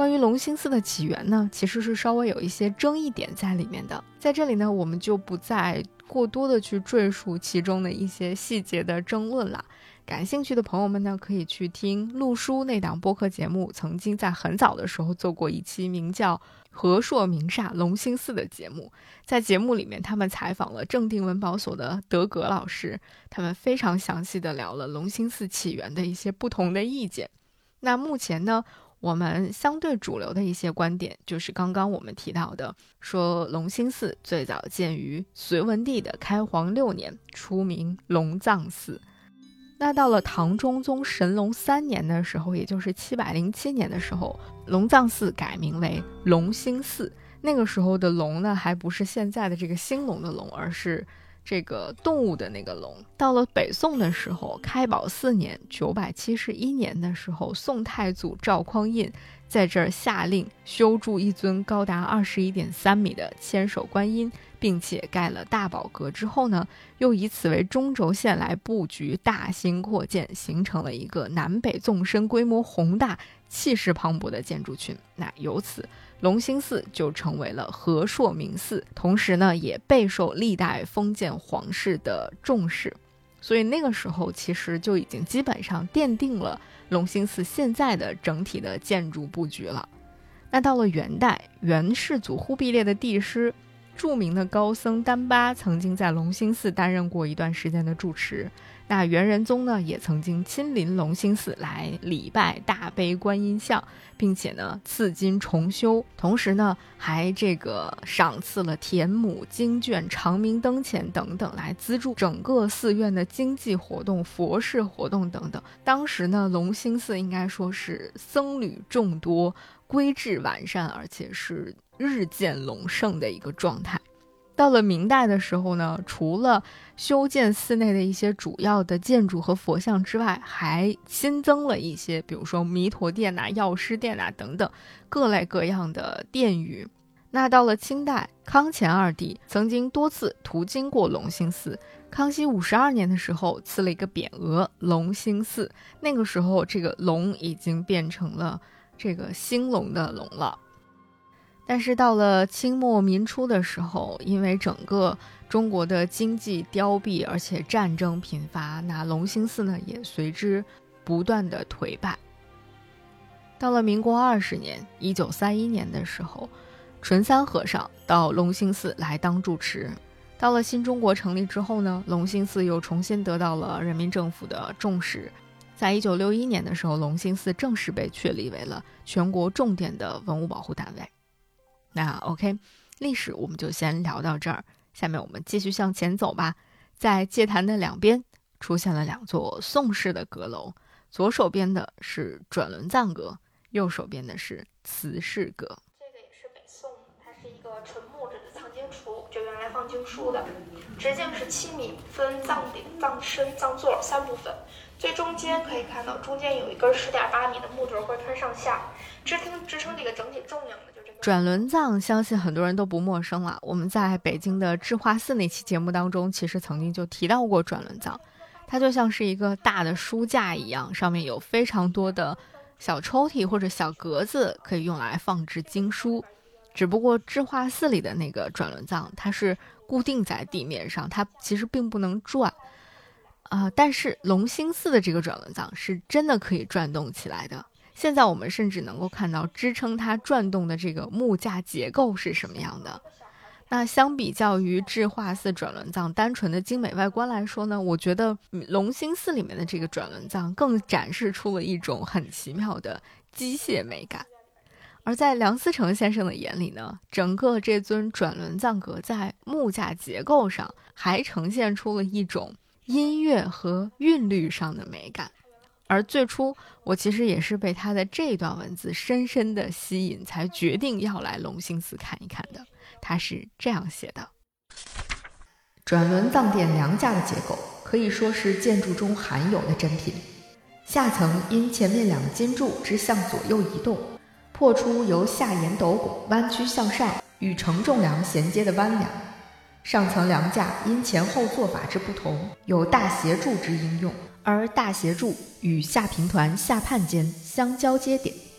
关于龙兴寺的起源呢，其实是稍微有一些争议点在里面的，在这里呢，我们就不再过多的去赘述其中的一些细节的争论了。感兴趣的朋友们呢，可以去听陆叔那档播客节目，曾经在很早的时候做过一期名叫《和硕明煞龙兴寺》的节目。在节目里面，他们采访了正定文保所的德格老师，他们非常详细的聊了龙兴寺起源的一些不同的意见。那目前呢，我们相对主流的一些观点，就是刚刚我们提到的，说龙兴寺最早建于隋文帝的开皇六年，初名龙藏寺。那到了唐中宗神龙三年的时候，也就是七百零七年的时候，龙藏寺改名为龙兴寺。那个时候的龙呢，还不是现在的这个兴隆的龙，而是这个动物的那个龙。到了北宋的时候，开宝四年九百七十一年的时候，宋太祖赵匡胤在这儿下令修筑一尊高达二十一点三米的千手观音，并且盖了大宝阁之后呢，又以此为中轴线来布局，大兴扩建，形成了一个南北纵深、规模宏大、气势磅礴的建筑群。那由此龙兴寺就成为了和硕明寺，同时呢，也备受历代封建皇室的重视。所以那个时候其实就已经基本上奠定了龙兴寺现在的整体的建筑布局了。那到了元代，元世祖忽必烈的帝师，著名的高僧丹巴曾经在龙兴寺担任过一段时间的住持。那元仁宗呢，也曾经亲临龙兴寺来礼拜大悲观音像，并且呢赐金重修，同时呢还这个赏赐了田亩、经卷、长明灯钱等等，来资助整个寺院的经济活动、佛事活动等等。当时呢，龙兴寺应该说是僧侣众多、规制完善，而且是日渐隆盛的一个状态。到了明代的时候呢，除了修建寺内的一些主要的建筑和佛像之外，还新增了一些，比如说弥陀殿啊、药师殿啊等等各类各样的殿宇。那到了清代，康乾二帝曾经多次途经过龙兴寺。康熙五十二年的时候，赐了一个匾额龙兴寺，那个时候这个龙已经变成了这个兴隆的龙了。但是到了清末民初的时候，因为整个中国的经济凋敝，而且战争频发，那龙兴寺呢也随之不断的颓败。到了民国二十年一九三一年的时候，纯三和尚到龙兴寺来当住持。到了新中国成立之后呢，龙兴寺又重新得到了人民政府的重视。在一九六一年的时候，龙兴寺正式被确立为了全国重点的文物保护单位。那 OK， 历史我们就先聊到这儿，下面我们继续向前走吧。在界坛的两边出现了两座宋式的阁楼，左手边的是转轮藏阁，右手边的是慈氏阁。 这个也是北宋，它是一个纯木质的藏经橱，就用来放经书的，直径是七米，分藏顶、藏身、藏座三部分。最中间可以看到，中间有一根十点八米的木轴贯穿上下，支撑支撑这个整体重量的就这个。 转轮藏相信很多人都不陌生了，我们在北京的智化寺那期节目当中，其实曾经就提到过转轮藏。它就像是一个大的书架一样，上面有非常多的小抽屉或者小格子，可以用来放置经书。只不过智化寺里的那个转轮藏，它是固定在地面上，它其实并不能转。啊、呃，但是龙兴寺的这个转轮藏是真的可以转动起来的。现在我们甚至能够看到支撑它转动的这个木架结构是什么样的。那相比较于智化寺转轮藏单纯的精美外观来说呢，我觉得龙兴寺里面的这个转轮藏更展示出了一种很奇妙的机械美感。而在梁思成先生的眼里呢，整个这尊转轮藏阁在木架结构上还呈现出了一种音乐和韵律上的美感。而最初我其实也是被他的这段文字深深的吸引，才决定要来龙兴寺看一看的。他是这样写的：转轮藏殿梁架的结构可以说是建筑中罕有的珍品，下层因前面两金柱之向左右移动，破出由下沿斗拱弯曲向上与承重梁衔接的弯梁，上层梁架因前后做法之不同，有大斜柱之应用，而大斜柱与下平团下畔间相交接点，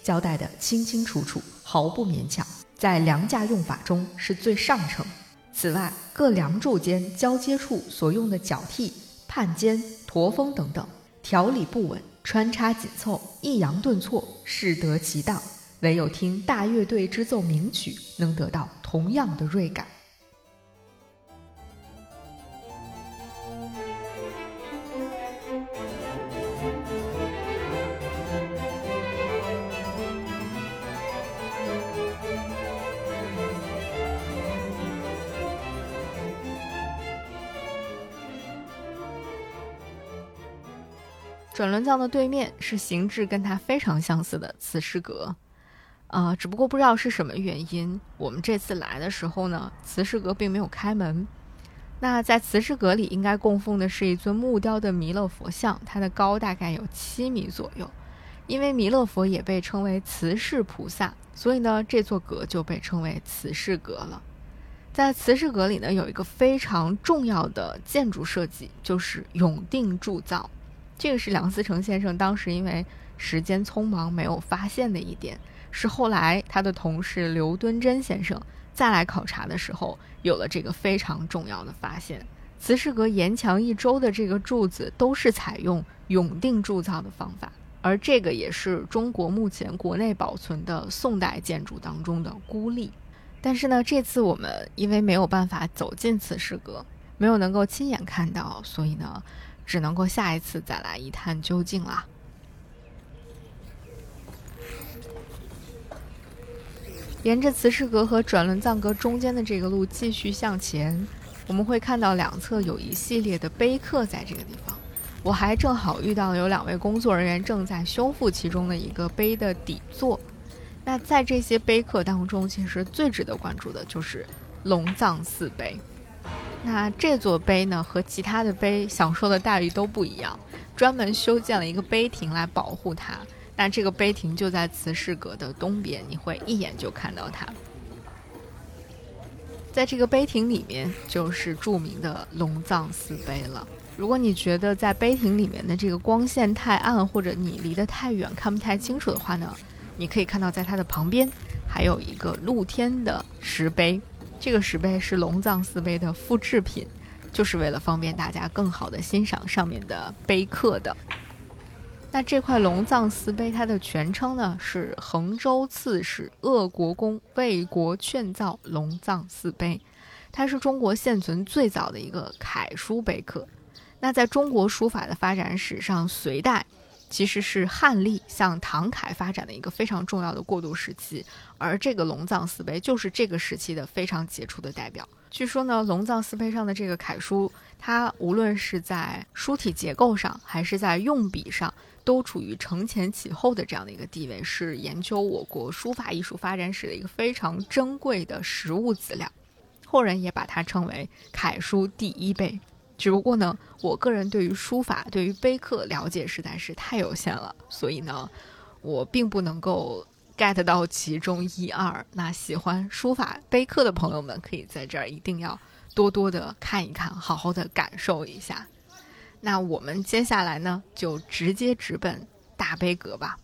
交代得清清楚楚，毫不勉强，在梁架用法中是最上乘。此外，各梁柱间交接处所用的脚替、判尖、驼峰等等，条理不稳，穿插紧凑，抑扬顿挫，适得其当，唯有听大乐队之奏鸣曲，能得到同样的锐感。转轮藏的对面是形制跟它非常相似的慈氏阁，呃，只不过不知道是什么原因，我们这次来的时候呢，慈氏阁并没有开门。那在慈氏阁里应该供奉的是一尊木雕的弥勒佛像，它的高大概有七米左右。因为弥勒佛也被称为慈氏菩萨，所以呢，这座阁就被称为慈氏阁了。在慈氏阁里呢，有一个非常重要的建筑设计，就是永定铸造。这个是梁思成先生当时因为时间匆忙没有发现的一点，是后来他的同事刘敦桢先生再来考察的时候有了这个非常重要的发现。慈氏阁沿墙一周的这个柱子都是采用永定铸造的方法，而这个也是中国目前国内保存的宋代建筑当中的孤立。但是呢，这次我们因为没有办法走进慈氏阁，没有能够亲眼看到，所以呢只能够下一次再来一探究竟啦。沿着慈氏阁和转轮藏阁中间的这个路继续向前，我们会看到两侧有一系列的碑刻在这个地方。我还正好遇到了有两位工作人员正在修复其中的一个碑的底座。那在这些碑刻当中，其实最值得关注的就是龙藏寺碑。那这座碑呢，和其他的碑享受的待遇都不一样，专门修建了一个碑亭来保护它。那这个碑亭就在慈氏阁的东边，你会一眼就看到它。在这个碑亭里面就是著名的龙藏寺碑了。如果你觉得在碑亭里面的这个光线太暗，或者你离得太远看不太清楚的话呢，你可以看到在它的旁边还有一个露天的石碑。这个石碑是龙藏寺碑的复制品，就是为了方便大家更好的欣赏上面的碑刻的。那这块龙藏寺碑它的全称呢是衡州刺史鄂国公为国劝造龙藏寺碑，它是中国现存最早的一个楷书碑刻。那在中国书法的发展史上，隋代其实是汉隶向唐楷发展的一个非常重要的过渡时期，而这个龙藏寺碑就是这个时期的非常杰出的代表。据说呢，龙藏寺碑上的这个楷书，它无论是在书体结构上还是在用笔上，都处于承前启后的这样的一个地位，是研究我国书法艺术发展史的一个非常珍贵的实物资料。后人也把它称为楷书第一碑。只不过呢，我个人对于书法对于碑刻了解实在是太有限了，所以呢我并不能够 get 到其中一二。那喜欢书法碑刻的朋友们可以在这儿一定要多多的看一看，好好的感受一下。那我们接下来呢就直接直奔大悲阁吧。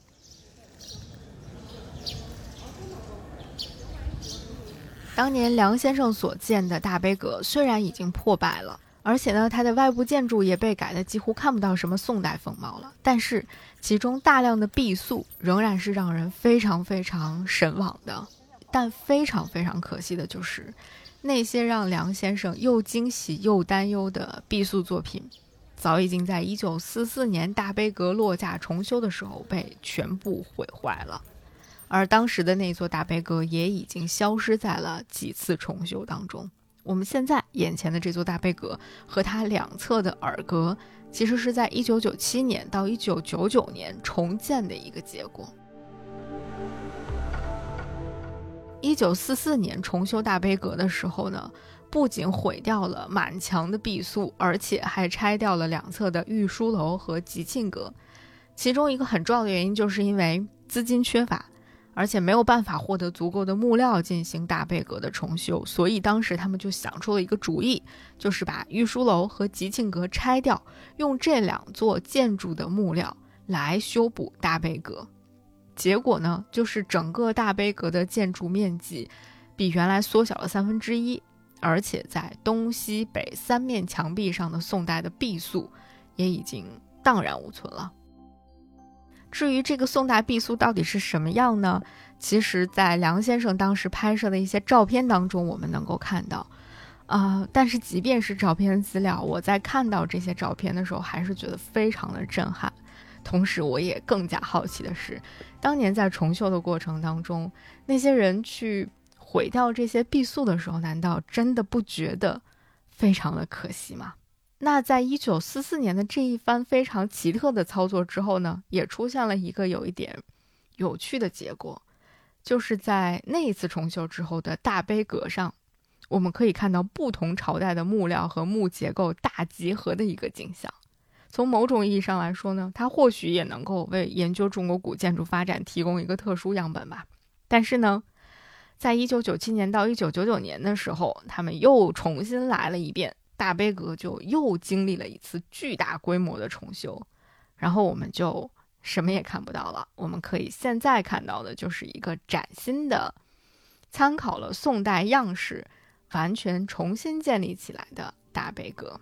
当年梁先生所建的大悲阁虽然已经破败了，而且呢它的外部建筑也被改得几乎看不到什么宋代风貌了，但是其中大量的壁塑仍然是让人非常非常神往的。但非常非常可惜的就是那些让梁先生又惊喜又担忧的壁塑作品，早已经在一九四四年大悲阁落架重修的时候被全部毁坏了，而当时的那座大悲阁也已经消失在了几次重修当中。我们现在眼前的这座大悲阁和它两侧的耳阁，其实是在一九九七年到一九九九年重建的一个结果。一九四四年重修大悲阁的时候呢，不仅毁掉了满墙的壁塑，而且还拆掉了两侧的御书楼和集庆阁。其中一个很重要的原因就是因为资金缺乏，而且没有办法获得足够的木料进行大悲阁的重修，所以当时他们就想出了一个主意，就是把御书楼和集庆阁拆掉，用这两座建筑的木料来修补大悲阁。 结果呢，就是整个大悲阁的建筑面积比原来缩小了三分之一，而且在东西北三面墙壁上的宋代的壁塑也已经荡然无存了。至于这个宋代壁塑到底是什么样呢？其实在梁先生当时拍摄的一些照片当中我们能够看到啊、呃，但是即便是照片资料，我在看到这些照片的时候还是觉得非常的震撼。同时我也更加好奇的是，当年在重修的过程当中，那些人去毁掉这些壁塑的时候，难道真的不觉得非常的可惜吗？那在一九四四年的这一番非常奇特的操作之后呢，也出现了一个有一点有趣的结果，就是在那一次重修之后的大悲阁上，我们可以看到不同朝代的木料和木结构大集合的一个景象。从某种意义上来说呢，它或许也能够为研究中国古建筑发展提供一个特殊样本吧。但是呢，在一九九七年到一九九九年的时候，他们又重新来了一遍，大悲阁就又经历了一次巨大规模的重修，然后我们就什么也看不到了。我们可以现在看到的就是一个崭新的，参考了宋代样式，完全重新建立起来的大悲阁。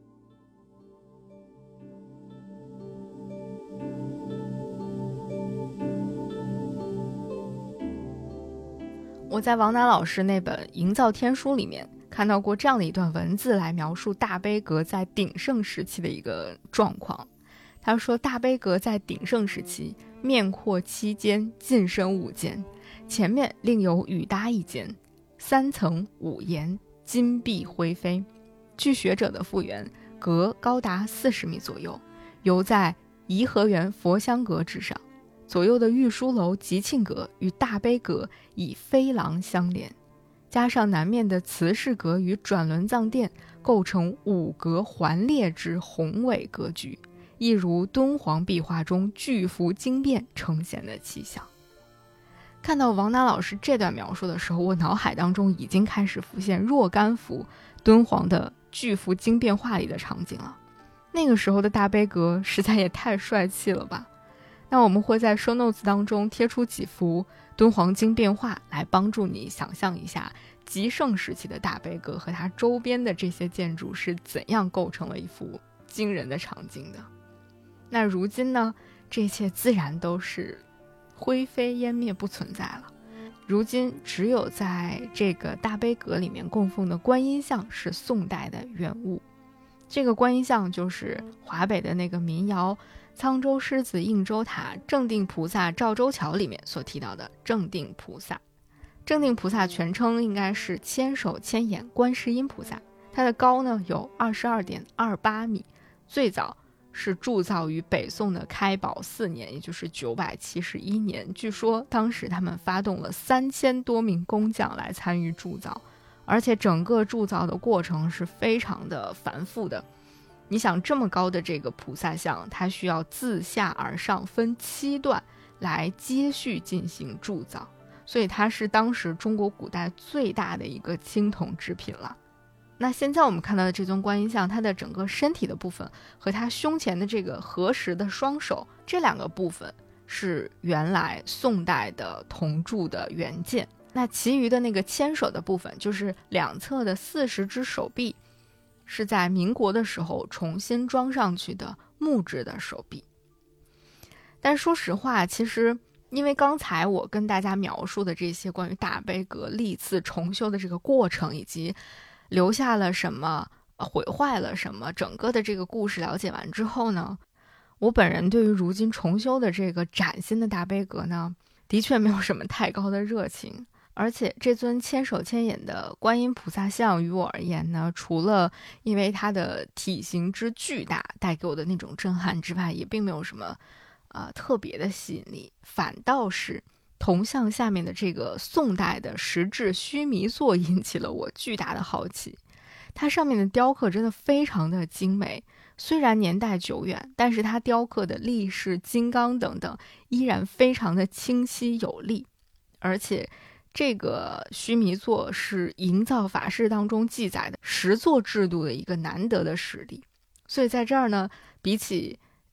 我在王楠老师那本《营造天书》里面看到过这样的一段文字来描述大悲阁在鼎盛时期的一个状况。他说，大悲阁在鼎盛时期面阔七间，进深五间，前面另有雨搭一间，三层五檐，金碧辉飞。据学者的复原，阁高达四十米左右，游在颐和园佛香阁之上。左右的御书楼吉庆阁与大悲阁以飞廊相连，加上南面的慈氏阁与转轮藏殿，构成五阁环列之宏伟格局，一如敦煌壁画中巨幅经变呈现的气象。看到王楠老师这段描述的时候，我脑海当中已经开始浮现若干幅敦煌的巨幅经变画里的场景了。那个时候的大悲阁实在也太帅气了吧。那我们会在 show notes 当中贴出几幅敦煌经变画，来帮助你想象一下极盛时期的大悲阁和它周边的这些建筑是怎样构成了一幅惊人的场景的。那如今呢，这一切自然都是灰飞烟灭，不存在了。如今只有在这个大悲阁里面供奉的观音像是宋代的原物。这个观音像就是华北的那个民谣沧州狮子应州塔正定菩萨赵州桥里面所提到的正定菩萨。正定菩萨全称应该是千手千眼观世音菩萨，它的高呢有 二十二点二八米，最早是铸造于北宋的开宝四年，也就是九百七十一年。据说当时他们发动了三千多名工匠来参与铸造，而且整个铸造的过程是非常的繁复的。你想，这么高的这个菩萨像，它需要自下而上分七段来接续进行铸造，所以它是当时中国古代最大的一个青铜制品了。那现在我们看到的这尊观音像，它的整个身体的部分和它胸前的这个合十的双手，这两个部分是原来宋代的铜铸的原件，那其余的那个牵手的部分，就是两侧的四十只手臂，是在民国的时候重新装上去的木质的手臂。但说实话，其实因为刚才我跟大家描述的这些关于大悲阁历次重修的这个过程，以及留下了什么毁坏了什么，整个的这个故事了解完之后呢，我本人对于如今重修的这个崭新的大悲阁呢，的确没有什么太高的热情。而且这尊千手千眼的观音菩萨像于我而言呢，除了因为它的体型之巨大带给我的那种震撼之外，也并没有什么呃特别的吸引力，反倒是铜像下面的这个宋代的石质须弥座引起了我巨大的好奇。它上面的雕刻真的非常的精美，虽然年代久远，但是它雕刻的力士、金刚等等依然非常的清晰有力。而且这个须弥座是营造法式当中记载的石座制度的一个难得的实例，所以在这儿呢，比起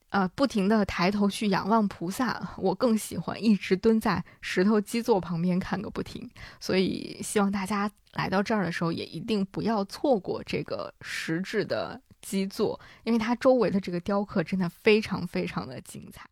呃，不停地抬头去仰望菩萨，我更喜欢一直蹲在石头基座旁边看个不停。所以希望大家来到这儿的时候也一定不要错过这个石质的基座，因为它周围的这个雕刻真的非常非常的精彩。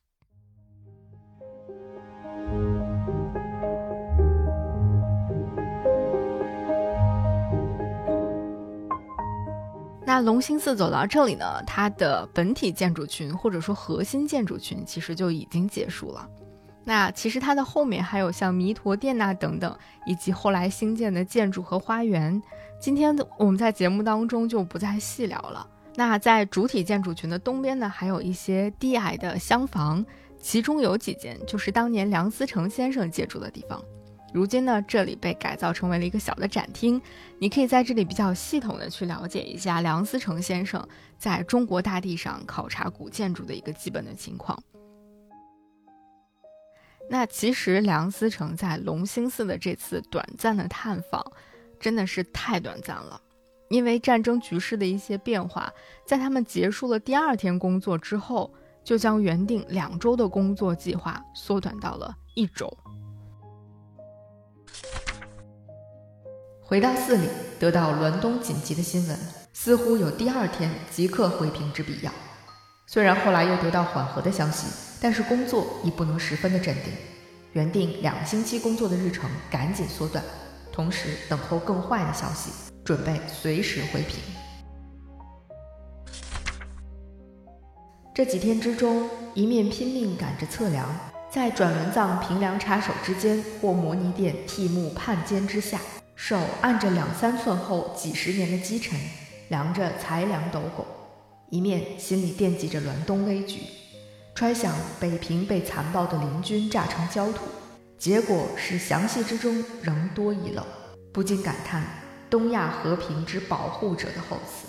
那隆兴寺走到这里呢，它的本体建筑群或者说核心建筑群其实就已经结束了。那其实它的后面还有像弥陀殿呐等等，以及后来兴建的建筑和花园，今天我们在节目当中就不再细聊了。那在主体建筑群的东边呢，还有一些低矮的厢房，其中有几间就是当年梁思成先生借住的地方。如今呢，这里被改造成为了一个小的展厅，你可以在这里比较系统的去了解一下梁思成先生在中国大地上考察古建筑的一个基本的情况。那其实梁思成在隆兴寺的这次短暂的探访真的是太短暂了，因为战争局势的一些变化，在他们结束了第二天工作之后，就将原定两周的工作计划缩短到了一周。回到寺里，得到滦东紧急的新闻，似乎有第二天即刻回平之必要。虽然后来又得到缓和的消息，但是工作已不能十分的镇定。原定两个星期工作的日程赶紧缩短，同时等候更坏的消息，准备随时回平。这几天之中，一面拼命赶着测量，在转轮藏平梁插手之间或摩尼殿替木判尖之下，手按着两三寸厚几十年的积尘，量着裁量斗拱，一面心里惦记着滦东危局，揣想北平被残暴的邻军炸成焦土，结果是详细之中仍多遗漏，不禁感叹东亚和平之保护者的厚赐。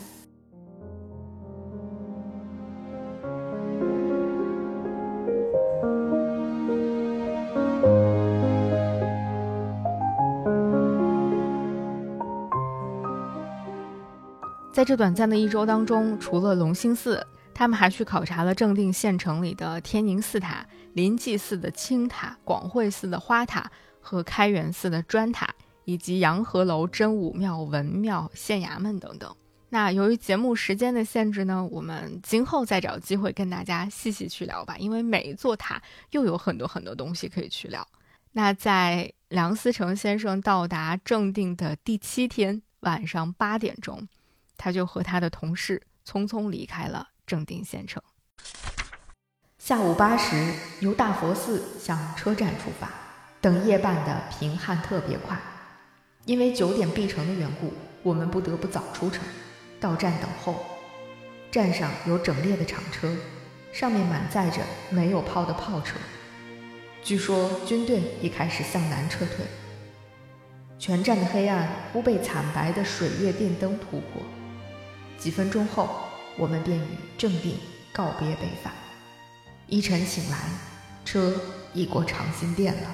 在这短暂的一周当中，除了隆兴寺，他们还去考察了正定县城里的天宁寺塔、临济寺的青塔、广惠寺的花塔和开元寺的砖塔，以及洋河楼、真武庙、文庙、县衙门等等。那由于节目时间的限制呢，我们今后再找机会跟大家细细去聊吧，因为每一座塔又有很多很多东西可以去聊。那在梁思成先生到达正定的第七天晚上八点钟，他就和他的同事匆匆离开了正定县城。下午八时，由大佛寺向车站出发，等夜半的平汉特别快。因为九点闭城的缘故，我们不得不早出城，到站等候。站上有整列的厂车，上面满载着没有炮的炮车。据说军队已开始向南撤退。全站的黑暗忽被惨白的水月电灯突破。几分钟后，我们便与正定告别北返。一晨醒来，车已过长辛店了。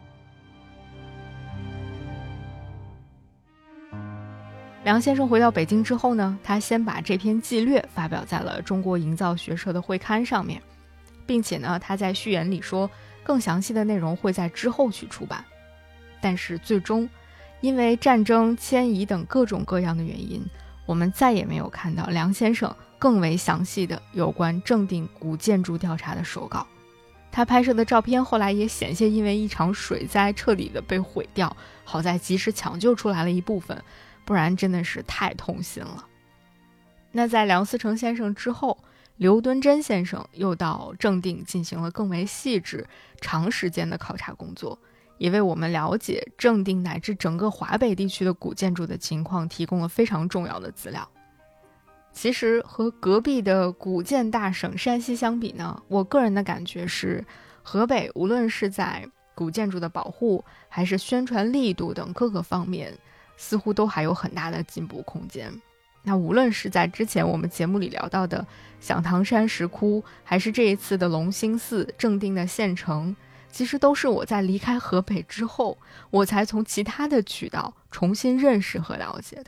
梁先生回到北京之后呢，他先把这篇纪略发表在了中国营造学社的会刊上面，并且呢，他在序言里说，更详细的内容会在之后去出版。但是最终，因为战争、迁移等各种各样的原因，我们再也没有看到梁先生更为详细的有关正定古建筑调查的手稿。他拍摄的照片后来也险些因为一场水灾彻底的被毁掉，好在及时抢救出来了一部分，不然真的是太痛心了。那在梁思成先生之后，刘敦桢先生又到正定进行了更为细致、长时间的考察工作，也为我们了解正定乃至整个华北地区的古建筑的情况提供了非常重要的资料。其实和隔壁的古建大省山西相比呢，我个人的感觉是，河北无论是在古建筑的保护还是宣传力度等各个方面，似乎都还有很大的进步空间。那无论是在之前我们节目里聊到的响堂山石窟，还是这一次的隆兴寺、正定的县城，其实都是我在离开河北之后，我才从其他的渠道重新认识和了解的。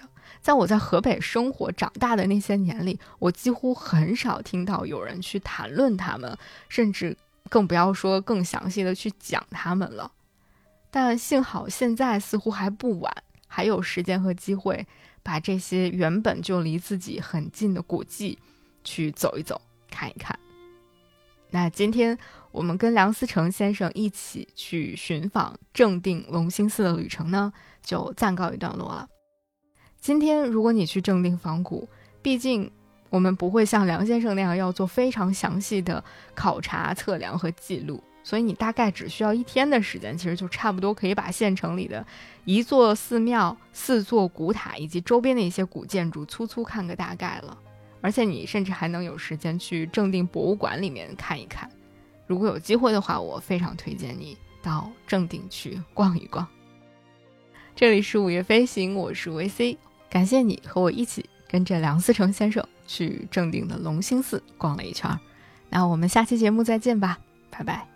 在我在河北生活长大的那些年里，我几乎很少听到有人去谈论他们，甚至更不要说更详细的去讲他们了。但幸好现在似乎还不晚，还有时间和机会把这些原本就离自己很近的古迹去走一走看一看。那今天我们跟梁思成先生一起去寻访正定隆兴寺的旅程呢，就暂告一段落了。今天如果你去正定访古，毕竟我们不会像梁先生那样要做非常详细的考察、测量和记录，所以你大概只需要一天的时间，其实就差不多可以把县城里的一座寺庙、四座古塔以及周边的一些古建筑粗粗看个大概了。而且你甚至还能有时间去正定博物馆里面看一看。如果有机会的话，我非常推荐你到正定去逛一逛。这里是午夜飞行，我是 V C， 感谢你和我一起跟着梁思成先生去正定的隆兴寺逛了一圈。那我们下期节目再见吧，拜拜。